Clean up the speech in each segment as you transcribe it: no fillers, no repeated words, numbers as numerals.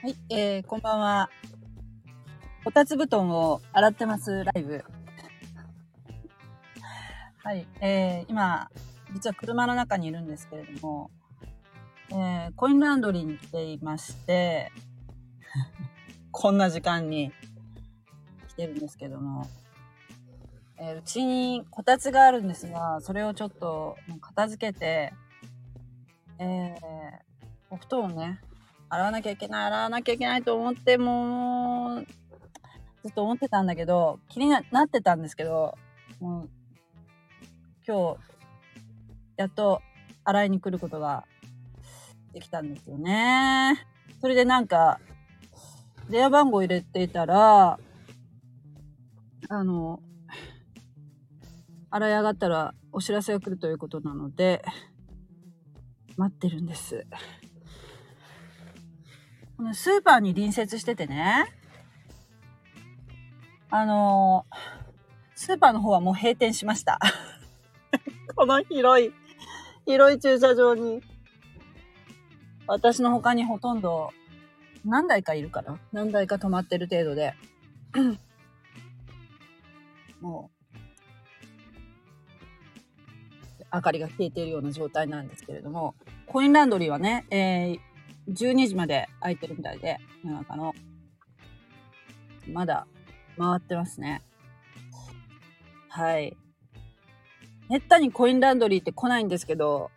はい、こんばんは。こたつ布団を洗ってますライブ。はい、今、実は車の中にいるんですけれども、コインランドリーに来ていまして、こんな時間に来てるんですけども、うちにこたつがあるんですが、それをちょっと片付けて、お布団をね、洗わなきゃいけないと思って、もう、ずっと思ってたんだけど、気になってたんですけど、もう今日、やっと洗いに来ることができたんですよね。それで電話番号入れていたら、洗い上がったらお知らせが来るということなので、待ってるんです。このスーパーに隣接しててね、スーパーの方はもう閉店しました。この広い駐車場に、私の他にほとんど何台かいるかな？何台か止まってる程度で、もう、明かりが消えているような状態なんですけれども、コインランドリーはね、12時まで空いてるみたいで、夜中の、まだ回ってますね。はい。めったにコインランドリーって来ないんですけど、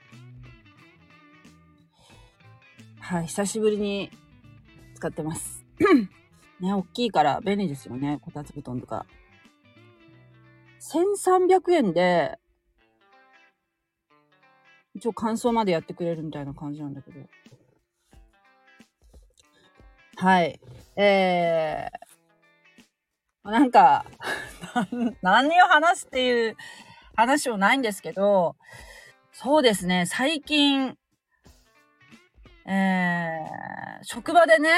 はい、久しぶりに使ってます。ね、大きいから便利ですよね、こたつ布団とか。1300円で、一応乾燥までやってくれるみたいな感じなんだけど。はい。何を話すっていう話もないんですけど、そうですね、最近、職場でね、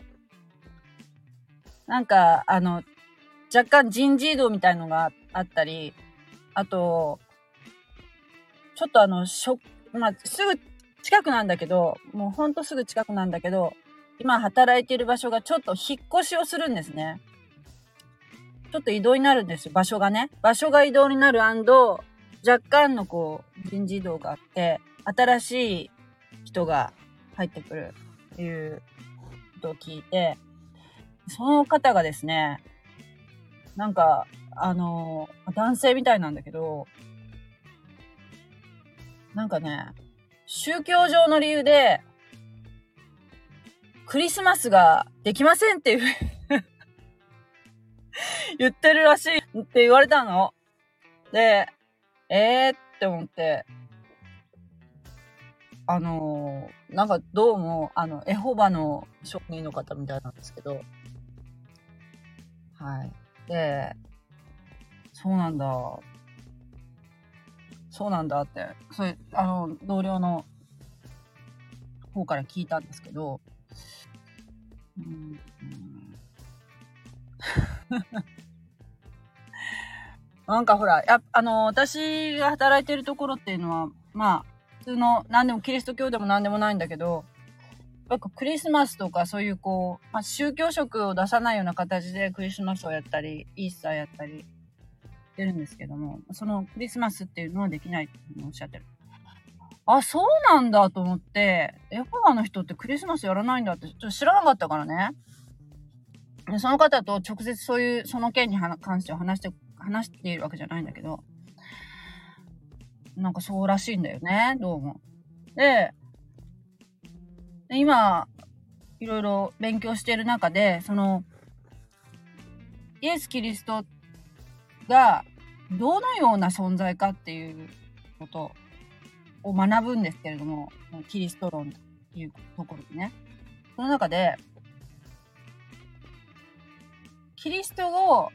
若干人事異動みたいのがあったり、あと、ちょっとすぐ近くなんだけど、もうほんとすぐ近くなんだけど、今働いている場所がちょっと引っ越しをするんですね。ちょっと移動になるんですよ、場所がね。場所が移動になる&、若干の人事異動があって、新しい人が入ってくるっていうことを聞いて、その方がですね、男性みたいなんだけど、宗教上の理由で、クリスマスができませんっていう言ってるらしいって言われたの。で、って思って、どうも、エホバの証人の方みたいなんですけど、はい。で、そうなんだって、同僚の方から聞いたんですけど、ほら、私が働いてるところっていうのは、普通の、キリスト教でも何でもないんだけど、クリスマスとかそういう宗教色を出さないような形でクリスマスをやったり、イースターやったりしてるんですけども、そのクリスマスっていうのはできないっておっしゃってる。あ、そうなんだと思って、エホバの人ってクリスマスやらないんだってちょっと知らなかったからね。でその方と直接その件に関しては話しているわけじゃないんだけど、そうらしいんだよね、どうも。で、今、いろいろ勉強している中で、イエス・キリストがどのような存在かっていうことを学ぶんですけれども、キリスト論っていうところでね。その中で、キリストを、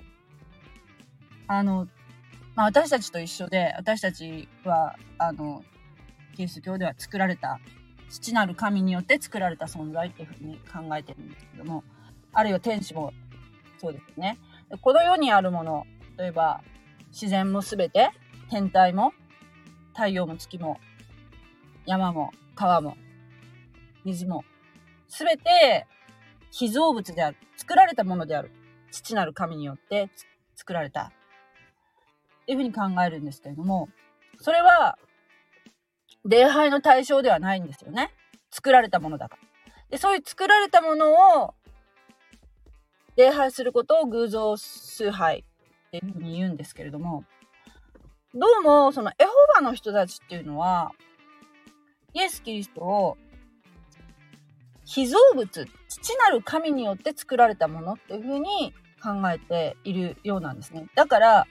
私たちと一緒で、私たちは、キリスト教では作られた、父なる神によって作られた存在っていうふうに考えてるんですけども、あるいは天使もそうですね。この世にあるもの、例えば自然もすべて、天体も、太陽も月も、山も川も、水も、すべて被造物である。作られたものである。父なる神によって作られた。っていうふうに考えるんですけれども、それは、礼拝の対象ではないんですよね。作られたものだから。で、そういう作られたものを礼拝することを偶像崇拝っていうふうに言うんですけれども、どうもそのエホバの人たちっていうのはイエス・キリストを被造物、父なる神によって作られたものっていうふうに考えているようなんですね。だから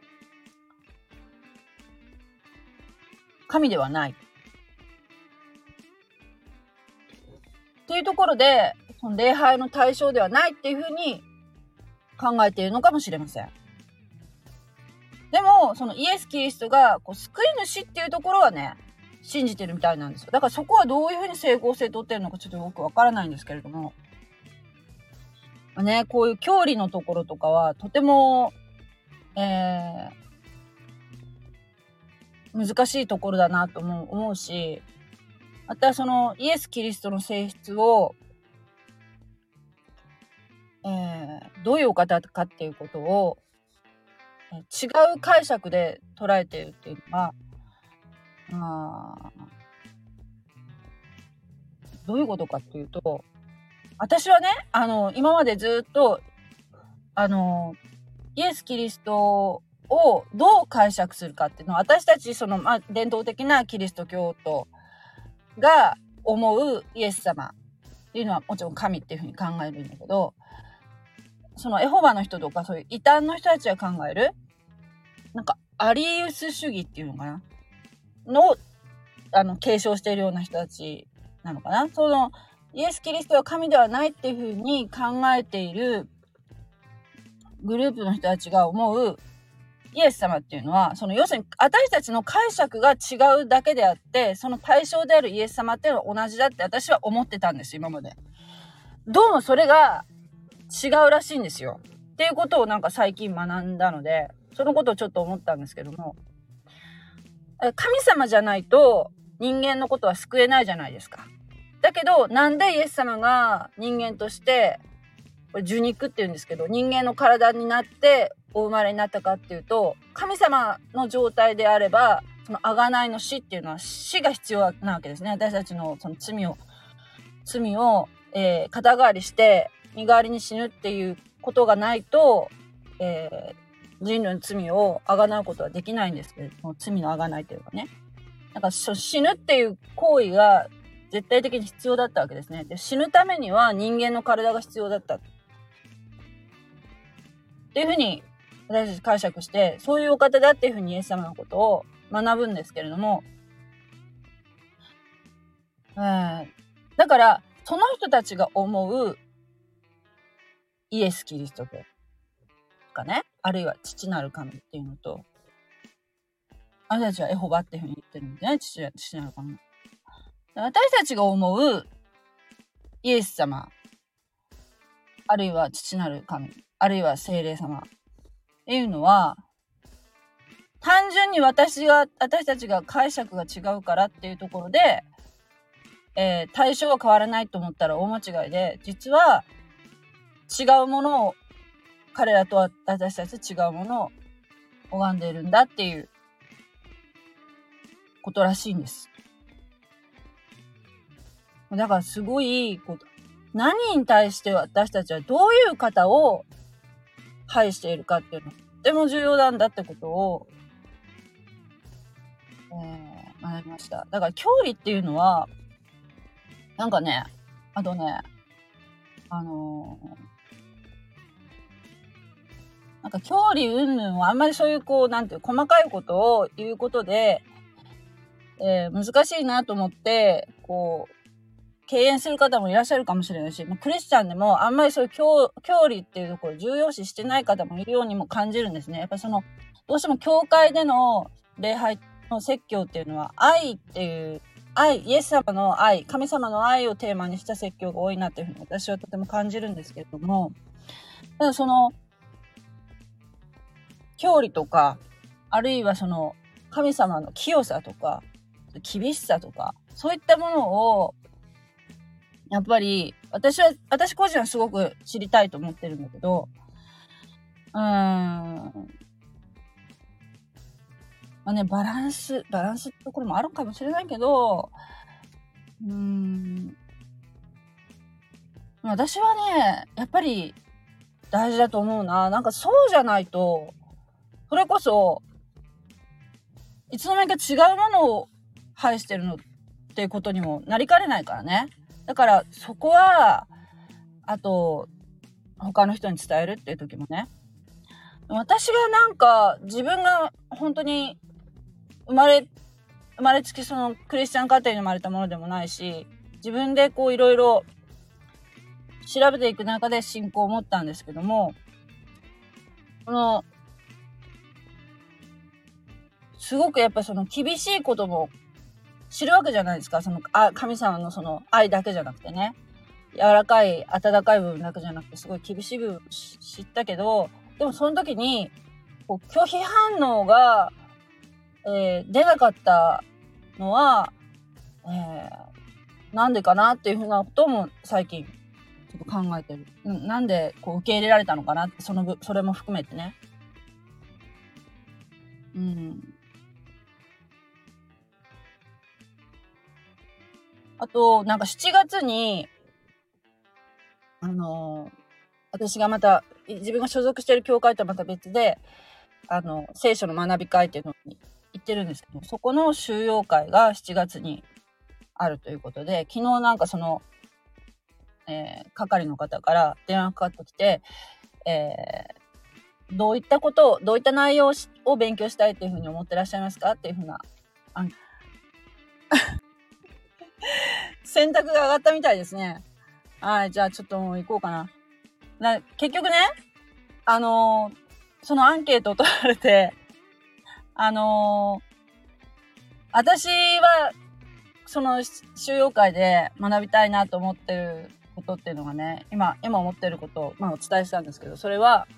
神ではないっていうところで、その礼拝の対象ではないっていうふうに考えているのかもしれません。でもそのイエス・キリストが救い主っていうところはね、信じてるみたいなんですよ。だからそこはどういうふうに整合性取ってるのかちょっとよくわからないんですけれども、ね、こういう教理のところとかはとても、難しいところだなと思うし、またそのイエス・キリストの性質を、どういうお方かっていうことを違う解釈で捉えているっていうのは、どういうことかっていうと、私はね、今までずっとイエス・キリストをどう解釈するかっていうのは、私たちその、伝統的なキリスト教徒が思うイエス様っていうのはもちろん神っていうふうに考えるんだけど、そのエホバの人とかそういう異端の人たちが考えるなんかアリウス主義っていうのかなの継承しているような人たちなのかな。そのイエス・キリストは神ではないっていうふうに考えているグループの人たちが思うイエス様っていうのは、その要するに私たちの解釈が違うだけであって、その対象であるイエス様っていうのは同じだって私は思ってたんです、今まで。どうもそれが違うらしいんですよっていうことをなんか最近学んだので、そのことをちょっと思ったんですけども、神様じゃないと人間のことは救えないじゃないですか。だけどなんでイエス様が人間として、これ受肉っていうんですけど、人間の体になってお生まれになったかっていうと、神様の状態であればその贖いの死っていうのは死が必要なわけですね。私たちのその罪を肩代わりして身代わりに死ぬっていうことがないと、人類の罪を贖うことはできないんですけれども、罪の贖いというかね、なんか死ぬっていう行為が絶対的に必要だったわけですね。で、死ぬためには人間の体が必要だったっていうふうに私たち解釈して、そういうお方だっていうふうにイエス様のことを学ぶんですけれども、だからその人たちが思うイエス・キリストとかね、あるいは父なる神っていうのと、私たちはエホバっていうふうに言ってるんでね、父なる神。私たちが思うイエス様、あるいは父なる神、あるいは聖霊様っていうのは、単純に私たちが解釈が違うからっていうところで、対象は変わらないと思ったら大間違いで、実は違うものを、彼らと私たち違うものを拝んでいるんだっていうことらしいんです。だからすごい何に対して私たちはどういう方を拝しているかっていうのがとても重要なんだってことを、学びました。だから教理っていうのはなんかね、あとね、なんか教理云々はあんまりそういうなんていう細かいことを言うことで、難しいなと思って敬遠する方もいらっしゃるかもしれないし、クリスチャンでもあんまりそういう教理っていうところを重要視してない方もいるようにも感じるんですね。やっぱりどうしても教会での礼拝の説教っていうのは愛っていうイエス様の愛、神様の愛をテーマにした説教が多いなというふうに私はとても感じるんですけれども、ただ教理とか、あるいは神様の清さとか厳しさとか、そういったものをやっぱり、私個人はすごく知りたいと思ってるんだけど、まあね、バランスってところもあるかもしれないけど、私はね、やっぱり大事だと思うな。なんかそうじゃないと、それこそ、いつの間にか違うものを排してるのっていうことにもなりかねないからね。だからそこは、あと、他の人に伝えるっていう時もね。私がなんか自分が本当に生まれつきそのクリスチャン家庭に生まれたものでもないし、自分でこういろいろ調べていく中で信仰を持ったんですけども、すごくやっぱその厳しいことも知るわけじゃないですか。神様のその愛だけじゃなくてね。柔らかい、温かい部分だけじゃなくて、すごい厳しい部分知ったけど、でもその時に、こう拒否反応が、出なかったのは、なんでかなっていうふうなことも最近ちょっと考えてる。なんでこう受け入れられたのかなって、それも含めてね。あと、なんか7月に、私がまた、自分が所属している教会とはまた別で、聖書の学び会っていうのに行ってるんですけど、そこの修養会が7月にあるということで、昨日なんかその、係の方から電話かかってきて、どういった内容を勉強したいというふうに思ってらっしゃいますかっていうふうな、選択が上がったみたいですね。はい、じゃあちょっともう行こうかな。結局ね、そのアンケートを取られて、私は、その修養会で学びたいなと思ってることっていうのがね、今思ってることを、お伝えしたんですけど、それは、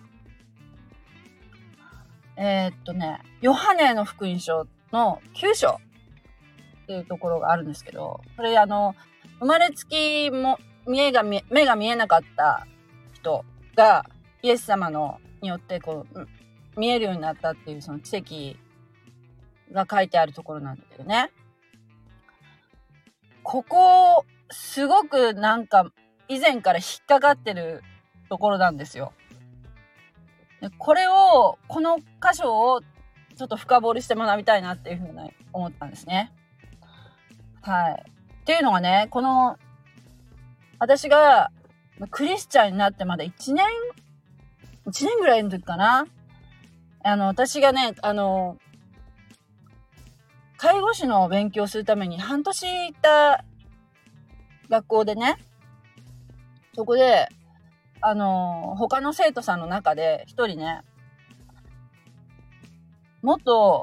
ヨハネの福音書の9章っていうところがあるんですけど、それ生まれつきも目が見えなかった人がイエス様によってこう、見えるようになったっていうその奇跡が書いてあるところなんだけどね。ここ、すごくなんか以前から引っかかってるところなんですよ。でこの箇所をちょっと深掘りして学びたいなっていうふうに思ったんですね。はい。っていうのがね、私がクリスチャンになってまだ1年ぐらいの時かな。私がね、介護士の勉強するために半年行った学校でね、そこで、他の生徒さんの中で一人ね、元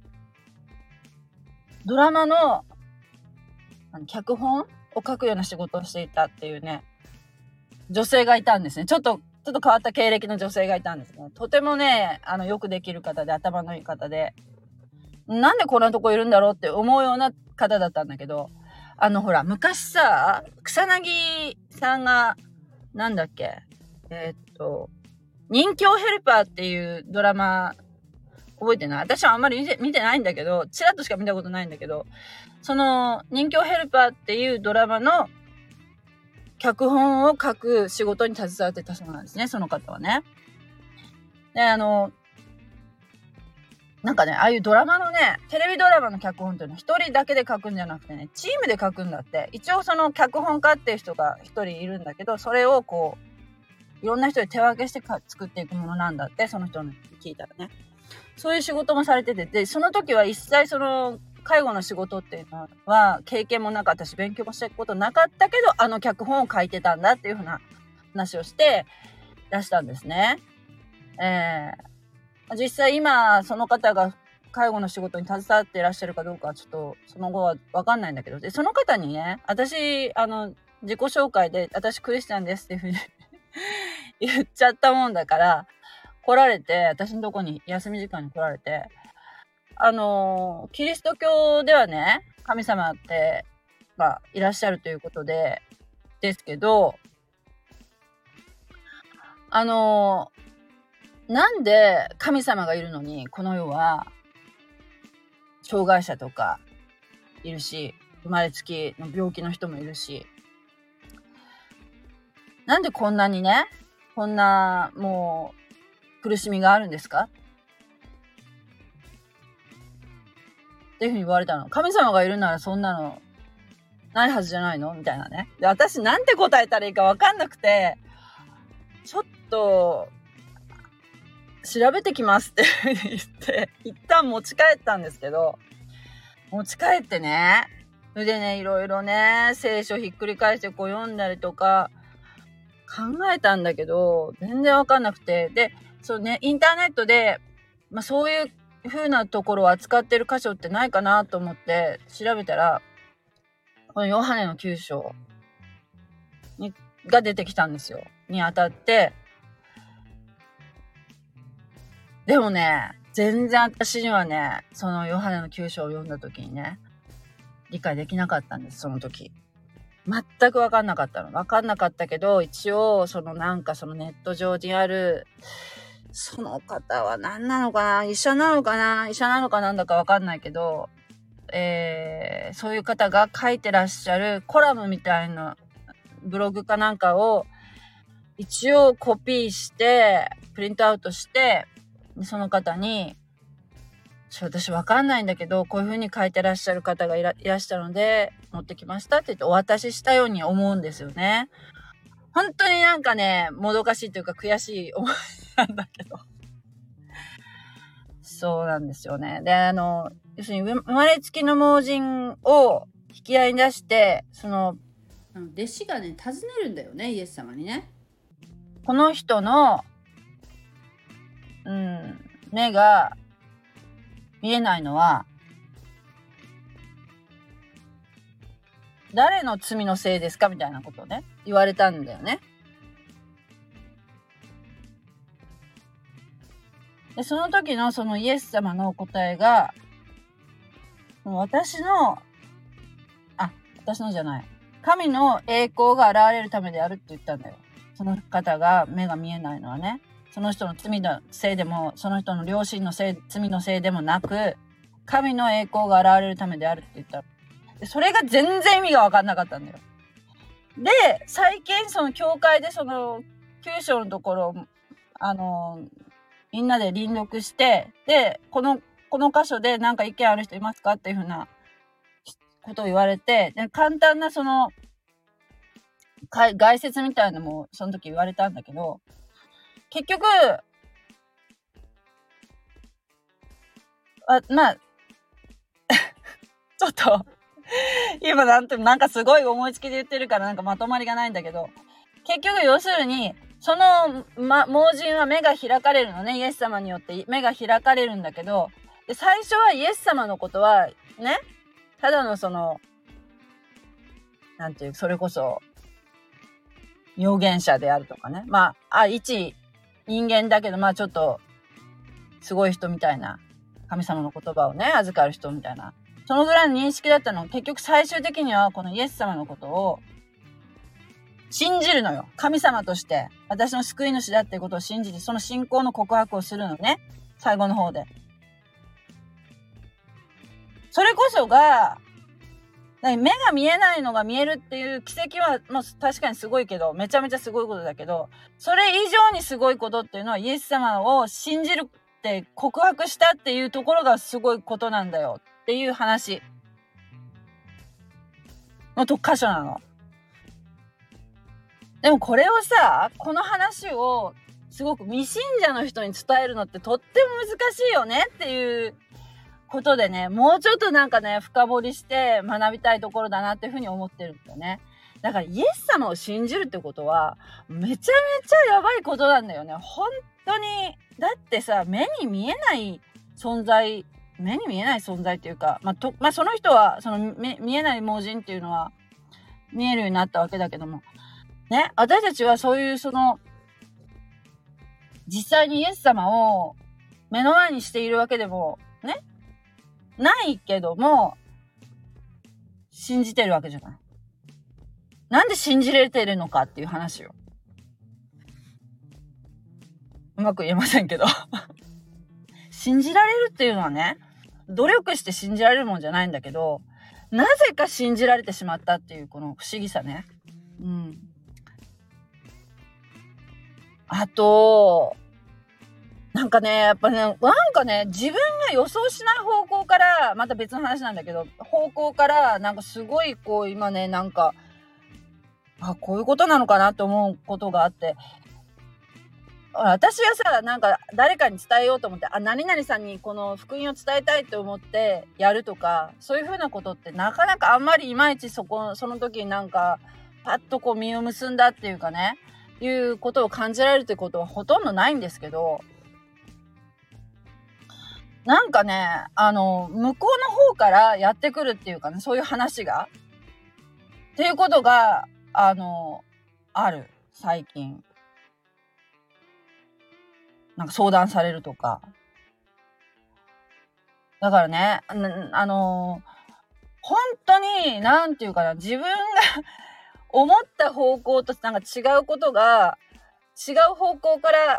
ドラマの脚本を書くような仕事をしていたっていうね、女性がいたんですね。ちょっと変わった経歴の女性がいたんですね。とてもね、よくできる方で、頭のいい方で、なんでこんなとこいるんだろうって思うような方だったんだけど、ほら、昔さ、草薙さんが、なんだっけ、任侠ヘルパーっていうドラマ、覚えてない？私はあんまり見てないんだけど、ちらっとしか見たことないんだけど、その、任侠ヘルパーっていうドラマの脚本を書く仕事に携わってたそうなんですね、その方はね。で、なんかね、ああいうドラマのね、テレビドラマの脚本っていうのは一人だけで書くんじゃなくてね、チームで書くんだって。一応その脚本家っていう人が一人いるんだけど、それをこう、いろんな人で手分けして作っていくものなんだって、その人に聞いたらね。そういう仕事もされてて、で、その時は一切その、介護の仕事っていうのは経験もなかったし、勉強もしたことなかったけど、脚本を書いてたんだっていうふうな話をして出したんですね。実際今その方が介護の仕事に携わっていらっしゃるかどうかはちょっとその後は分かんないんだけど、でその方にね、私自己紹介で私クリスチャンですっていうふうに言っちゃったもんだから来られて、私のとこに休み時間に来られて、キリスト教ではね、神様っていらっしゃるということで、 ですけど、なんで神様がいるのに、この世は、障害者とかいるし、生まれつきの病気の人もいるし、なんでこんなにね、こんなもう苦しみがあるんですかっていうふうに言われたの。神様がいるならそんなのないはずじゃないのみたいなね。で、私なんて答えたらいいかわかんなくて、ちょっと調べてきますって言って一旦持ち帰ったんですけど、持ち帰ってね、それでね、いろいろね、聖書ひっくり返してこう読んだりとか考えたんだけど、全然わかんなくて、で、そうね、インターネットで、そういう風なところを扱ってる箇所ってないかなと思って調べたら、このヨハネの9章が出てきたんですよ。にあたって、でもね、全然私にはね、そのヨハネの9章を読んだ時にね、理解できなかったんです、その時。全く分かんなかったの。分かんなかったけど、一応、そのネット上にある、その方は何なのかな、医者なのかなんだか分かんないけど、そういう方が書いてらっしゃるコラムみたいなブログかなんかを一応コピーして、プリントアウトして、その方に、私わかんないんだけど、こういう風に書いてらっしゃる方がいらしたので、持ってきましたって言ってお渡ししたように思うんですよね。本当になんかね、もどかしいというか悔しい思いなんだけど。そうなんですよね。で、要するに生まれつきの盲人を引き合いに出して、 弟子がね、尋ねるんだよね、イエス様にね。 この人の、目が見えないのは、誰の罪のせいですかみたいなことをね、言われたんだよね。で、その時のそのイエス様の答えが、私のじゃない。神の栄光が現れるためであるって言ったんだよ。その方が目が見えないのはね。その人の罪のせいでも、その人の良心の罪のせいでもなく、神の栄光が現れるためであるって言った。でそれが全然意味が分かんなかったんだよ。で、最近その教会でその9章のところ、みんなで輪読して、で、この箇所でなんか意見ある人いますかっていうふうなことを言われて、で簡単なその、概説みたいなのもその時言われたんだけど、結局、ちょっと、今なんかすごい思いつきで言ってるからなんかまとまりがないんだけど、結局要するに、その、盲人は目が開かれるのね、イエス様によって目が開かれるんだけど、で、最初はイエス様のことは、ね、ただのその、それこそ、預言者であるとかね。一人間だけど、ちょっと、すごい人みたいな、神様の言葉をね、預かる人みたいな。そのぐらいの認識だったの。結局最終的には、このイエス様のことを、信じるのよ。神様として、私の救い主だっていうことを信じて、その信仰の告白をするのね。最後の方で。それこそが、目が見えないのが見えるっていう奇跡は、確かにすごいけど、めちゃめちゃすごいことだけど、それ以上にすごいことっていうのは、イエス様を信じるって告白したっていうところがすごいことなんだよっていう話の箇所なの。でもこれをさ、この話をすごく未信者の人に伝えるのってとっても難しいよねっていうことでね、もうちょっとなんかね、深掘りして学びたいところだなっていうふうに思ってるんだよね。だからイエス様を信じるってことは、めちゃめちゃやばいことなんだよね。本当に。だってさ、目に見えない存在っていうか、その人は、その見えない盲人っていうのは見えるようになったわけだけども、ね、私たちはそういう実際にイエス様を目の前にしているわけでも、ね、ないけども、信じてるわけじゃない。 なんで信じれてるのかっていう話よ。うまく言えませんけど。信じられるっていうのはね、努力して信じられるもんじゃないんだけど、なぜか信じられてしまったっていうこの不思議さね。うん。あと、なんかね、やっぱね、なんかね、自分が予想しない方向から、また別の話なんだけど、方向から、なんかすごいこう今ね、なんか、こういうことなのかなと思うことがあって、私がさ、なんか誰かに伝えようと思って、何々さんにこの福音を伝えたいと思ってやるとか、そういう風なことってなかなかあんまりいまいちその時になんか、パッとこう実を結んだっていうかね、いうことを感じられるってことはほとんどないんですけど、なんかね、向こうの方からやってくるっていうかね、そういう話が、っていうことが、ある、最近。なんか相談されるとか。だからね、本当に、なんていうかな、自分が思った方向となんか違うことが、違う方向から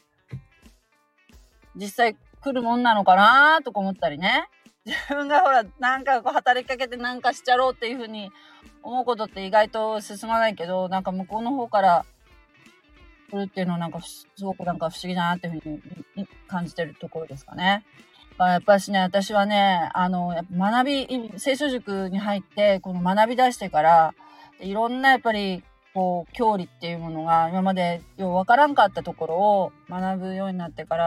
実際来るもんなのかなとか思ったりね。自分がほら、なんかこう働きかけてなんかしちゃろうっていう風に思うことって意外と進まないけど、なんか向こうの方から来るっていうのはなんかすごくなんか不思議だなっていう風に感じてるところですかね。やっぱしね、私はね、やっぱ聖書塾に入って、この学び出してから、いろんなやっぱり、こう、教理っていうものが今までようわからんかったところを学ぶようになってから、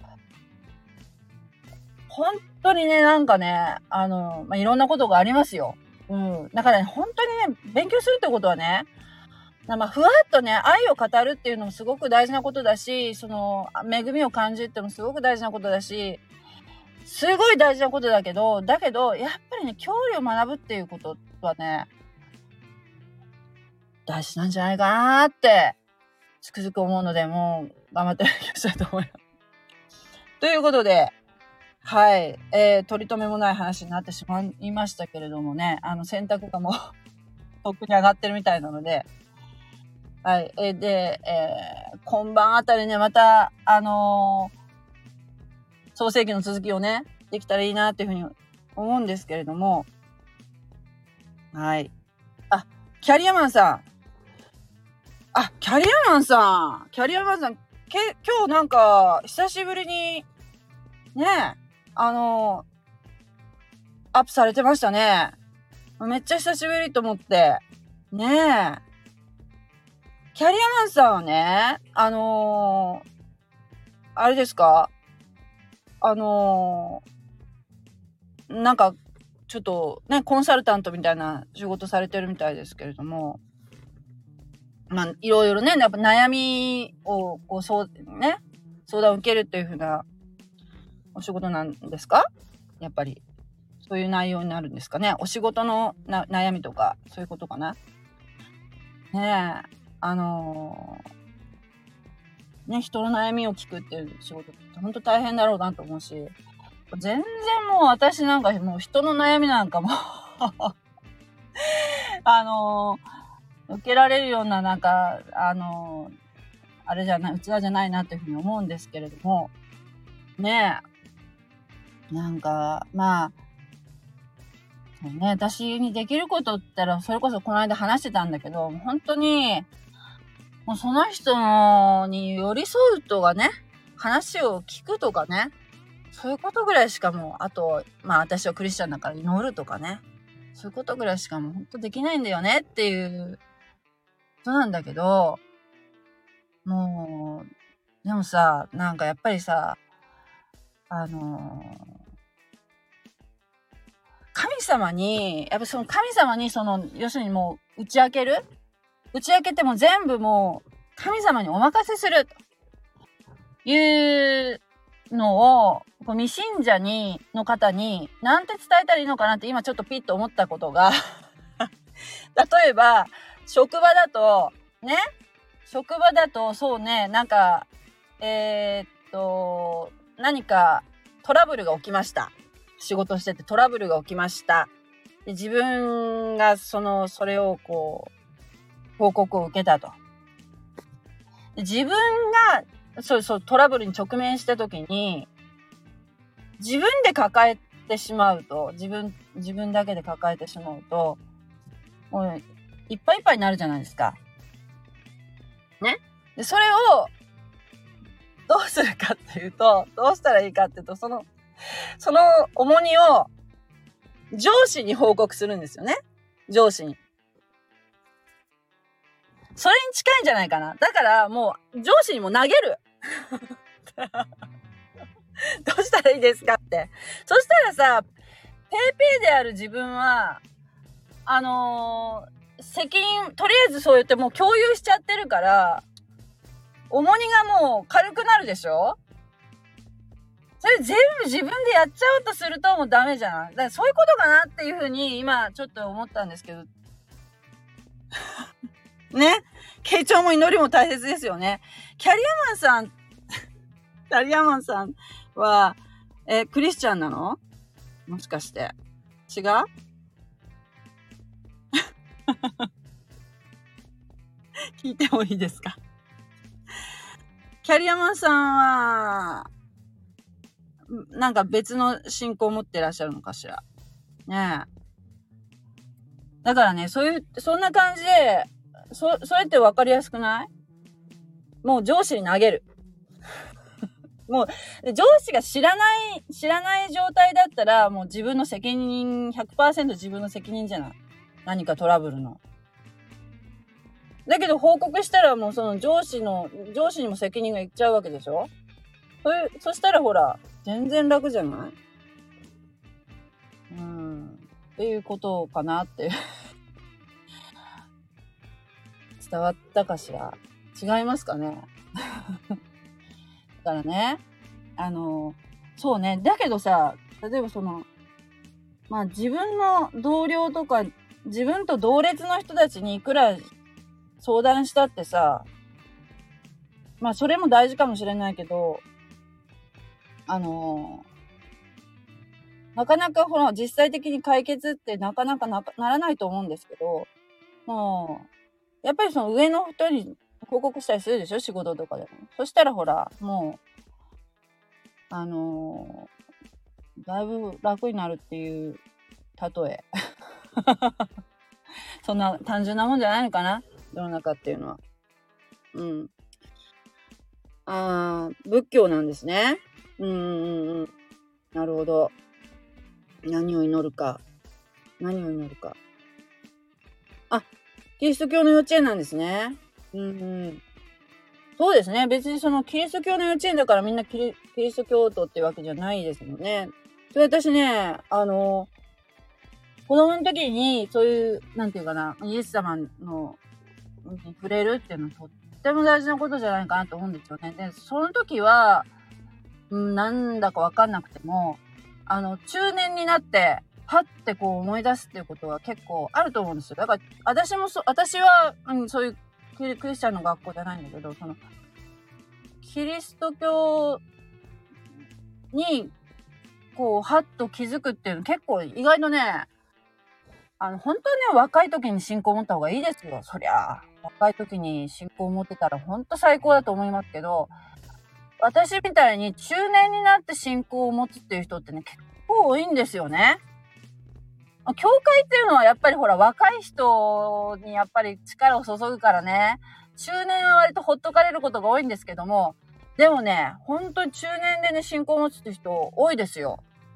本当にね、なんかね、いろんなことがありますよ。うん。だからね、本当にね、勉強するってことはね、ふわっとね、愛を語るっていうのもすごく大事なことだし、恵みを感じるっていうのもすごく大事なことだし、すごい大事なことだけど、やっぱりね、教理を学ぶっていうことはね、大事なんじゃないかなーって、つくづく思うので、もう、頑張って勉強したいと思います。ということで、はい、取り留めもない話になってしまいましたけれどもね、洗濯がもう、とっくに上がってるみたいなので、はい、今晩あたりね、また、創世記の続きをね、できたらいいなっていうふうに思うんですけれども、はい。キャリアマンさん。キャリアマンさん。今日なんか、久しぶりに、ね、アップされてましたね。めっちゃ久しぶりと思って。ねえ。キャリアマンさんはね、あれですか？なんか、ちょっとね、コンサルタントみたいな仕事されてるみたいですけれども、いろいろね、やっぱ悩みを、相談を受けるっていう風なお仕事なんですか？やっぱり。そういう内容になるんですかね。お仕事の悩みとか、そういうことかな。ねえ、人の悩みを聞くっていう仕事って本当大変だろうなと思うし、全然もう私なんかもう人の悩みなんかも受けられるようななんか、あれじゃない、器じゃないなっていうふうに思うんですけれども、ねえ、なんか、そうね、私にできることって言ったら、それこそこの間話してたんだけど、本当に、もうその人に寄り添うとかね、話を聞くとかね、そういうことぐらいしかもう、あと、私はクリスチャンだから祈るとかね、そういうことぐらいしかもう本当できないんだよねっていうことなんだけど、もう、でもさ、なんかやっぱりさ、神様に、やっぱその神様に要するにもう打ち明けても全部もう神様にお任せするというのを、未信者の方になんて伝えたらいいのかなって今ちょっとピッと思ったことが例えば、職場だとそうね、なんか、何かトラブルが起きました。仕事しててトラブルが起きました。で自分がそれを報告を受けたと。で自分がトラブルに直面した時に、自分で抱えてしまうと、自分だけで抱えてしまうと、もういっぱいいっぱいになるじゃないですか。ね。で、それをどうするかっていうと、どうしたらいいかっていうと、その重荷を上司に報告するんですよね。上司に。それに近いんじゃないかな。だからもう上司にも投げる。どうしたらいいですかって。そしたらさ、ペーペーである自分は、責任、とりあえずそう言ってもう共有しちゃってるから、重荷がもう軽くなるでしょ？それ全部自分でやっちゃおうとするともうダメじゃん。だからそういうことかなっていうふうに今ちょっと思ったんですけど。ね。傾聴も祈りも大切ですよね。キャリアマンさんは、クリスチャンなの？もしかして。違う？聞いてもいいですか？キャリアマンさんは、なんか別の信仰を持ってらっしゃるのかしら。ねえ。だからね、そんな感じで、それって分かりやすくない？もう上司に投げる。もう、上司が知らない状態だったら、もう自分の責任、100% 自分の責任じゃない。何かトラブルの。だけど報告したらもうその上司にも責任がいっちゃうわけでしょ？そしたらほら、全然楽じゃない？っていうことかなって伝わったかしら？違いますかね？だからね、そうね。だけどさ、例えば自分の同僚とか、自分と同列の人たちにいくら相談したってさ、それも大事かもしれないけど、なかなか実際的に解決ってなかなかならないと思うんですけど、もう、やっぱりその上の人に報告したりするでしょ？仕事とかでも。そしたらほら、もう、だいぶ楽になるっていう例え。そんな単純なもんじゃないのかな？世の中っていうのは。仏教なんですね。なるほど。何を祈るか。キリスト教の幼稚園なんですね。そうですね。別にキリスト教の幼稚園だからみんなキリスト教徒ってわけじゃないですもんね。それ私ね、子供の時にそういう、なんていうかな、イエス様のに触れるっていうのはとっても大事なことじゃないかなと思うんですよね。で、その時は、なんだかわかんなくても、中年になって、パッてこう思い出すっていうことは結構あると思うんですよ。だから、私は、そういうクリスチャンの学校じゃないんだけど、キリスト教に、こう、はっと気づくっていうの結構意外とね、本当にね、若い時に信仰を持った方がいいですよ。そりゃ。若い時に信仰を持ってたら本当最高だと思いますけど、私みたいに中年になって信仰を持つっていう人ってね、結構多いんですよね。教会っていうのはやっぱりほら、若い人にやっぱり力を注ぐからね、中年は割とほっとかれることが多いんですけども、でもね、本当に中年でね、信仰を持つって人多いですよ。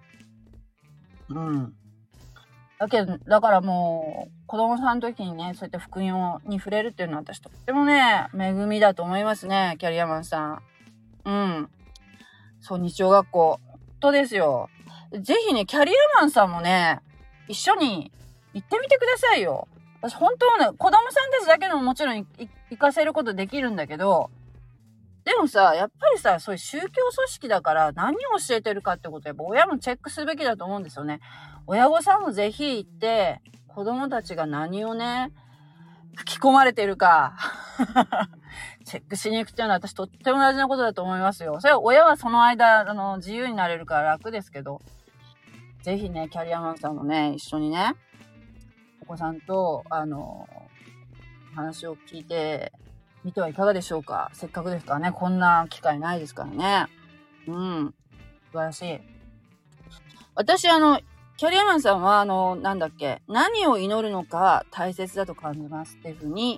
だからもう、子供さんの時にね、そうやって福音に触れるっていうのは私とってもね、恵みだと思いますね、キャリアマンさん。そう、日曜学校。本当ですよ。ぜひね、キャリアマンさんもね、一緒に行ってみてくださいよ。私本当はね、子供さんたちだけでももちろん行かせることできるんだけど、でもさ、やっぱりさ、そういう宗教組織だから何を教えてるかってことはやっぱ親もチェックすべきだと思うんですよね。親御さんもぜひ行って、子供たちが何をね、吹き込まれてるか、チェックしに行くっていうのは私とっても大事なことだと思いますよ。それは親はその間、自由になれるから楽ですけど、ぜひね、キャリアマンさんもね、一緒にね、お子さんと、 話を聞いてみてはいかがでしょうか。せっかくですからね、こんな機会ないですからね。うん。素晴らしい。私、キャリアマンさんは、なんだっけ、何を祈るのか大切だと感じますっていうふうに、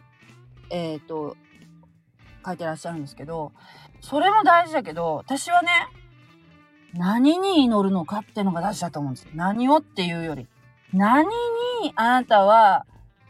書いてらっしゃるんですけど、それも大事だけど、私はね、何に祈るのかっていうのが大事だと思うんですよ。何をっていうより。何にあなたは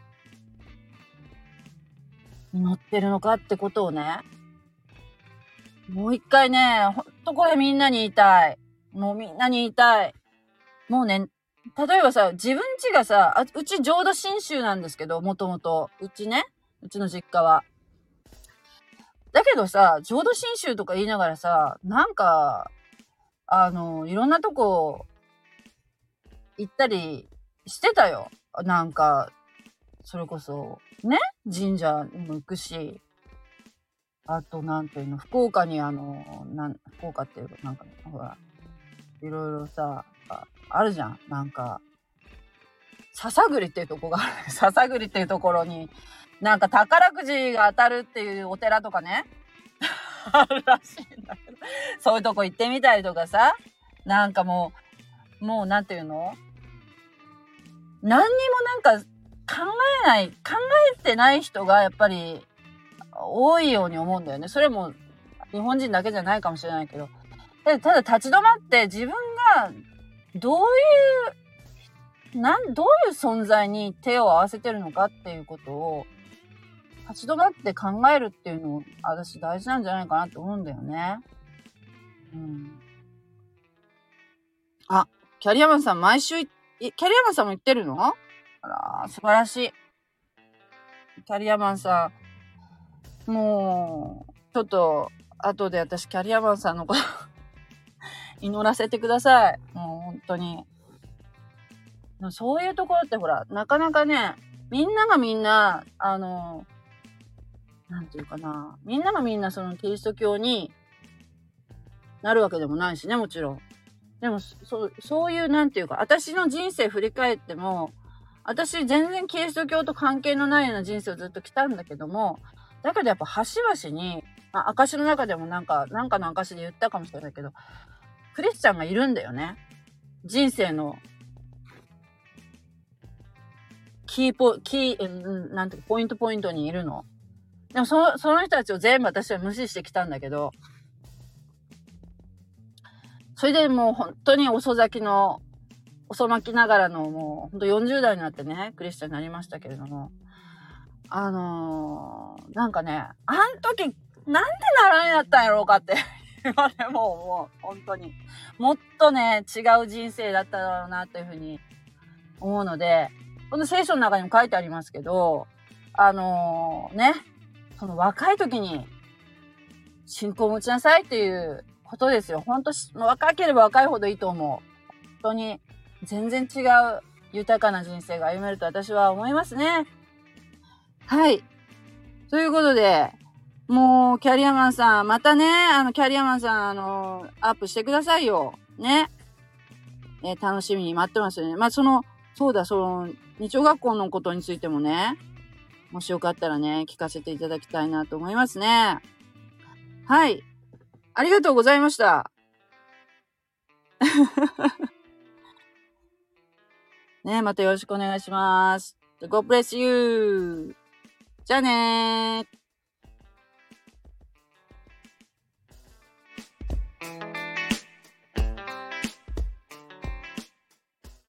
祈ってるのかってことをね、もう一回ね、ほんとこれみんなに言いたい。もうみんなに言いたい。もうね、例えばさ、自分家がさ、うち浄土真宗なんですけど、もともと。うちの実家は。だけどさ、浄土真宗とか言いながらさ、なんか、いろんなとこ行ったりしてたよ。なんか、それこそ、ね、神社にも行くし、あと、なんていうの、福岡に福岡っていうか、なんか、ほら、いろいろさ、あるじゃん。なんか、篠栗っていうとこがある。篠栗っていうところに、なんか宝くじが当たるっていうお寺とかね、あるらしいんだけど、そういうとこ行ってみたりとかさ、なんかもうなんていうの、何にもなんか考えてない人がやっぱり多いように思うんだよね。それも日本人だけじゃないかもしれないけど。ただ立ち止まって自分がどういう存在に手を合わせてるのかっていうことを立ち止まって考えるっていうのを私大事なんじゃないかなって思うんだよね。うん。あ、キャリアマンさんキャリアマンさんも言ってるの？あら、素晴らしい。キャリアマンさん、もう、ちょっと、後で私キャリアマンさんのこと祈らせてください。もう本当に。そういうところってほら、なかなかね、みんながみんな、なんていうかな、みんながみんなそのキリスト教になるわけでもないしね、もちろん。でも、そういう、なんていうか、私の人生振り返っても、私全然キリスト教と関係のないような人生をずっと来たんだけども、だけどやっぱ端々に、証の中でもなんかの証で言ったかもしれないけど、クリスチャンがいるんだよね。人生のなんていうか、ポイントにいるの。でもその人たちを全部私は無視してきたんだけど、それでもう本当に遅咲きながらのもう本当40代になってね、クリスチャンになりましたけれども、なんかね、あん時なんで習いだったんやろうかって言われ、もう本当にもっとね、違う人生だっただろうなというふうに思うので、この聖書の中にも書いてありますけど、ね、その若い時に信仰を持ちなさいっていうことですよ。本当若ければ若いほどいいと思う。本当に全然違う豊かな人生が歩めると私は思いますね。はい。ということで、もうキャリアマンさん、またね、キャリアマンさん、アップしてくださいよ。ね。楽しみに待ってますよね。まあ、日曜学校のことについてもね、もしよかったらね、聞かせていただきたいなと思いますね。はい。ありがとうございました。ね、またよろしくお願いします。God bless you! じゃあねー。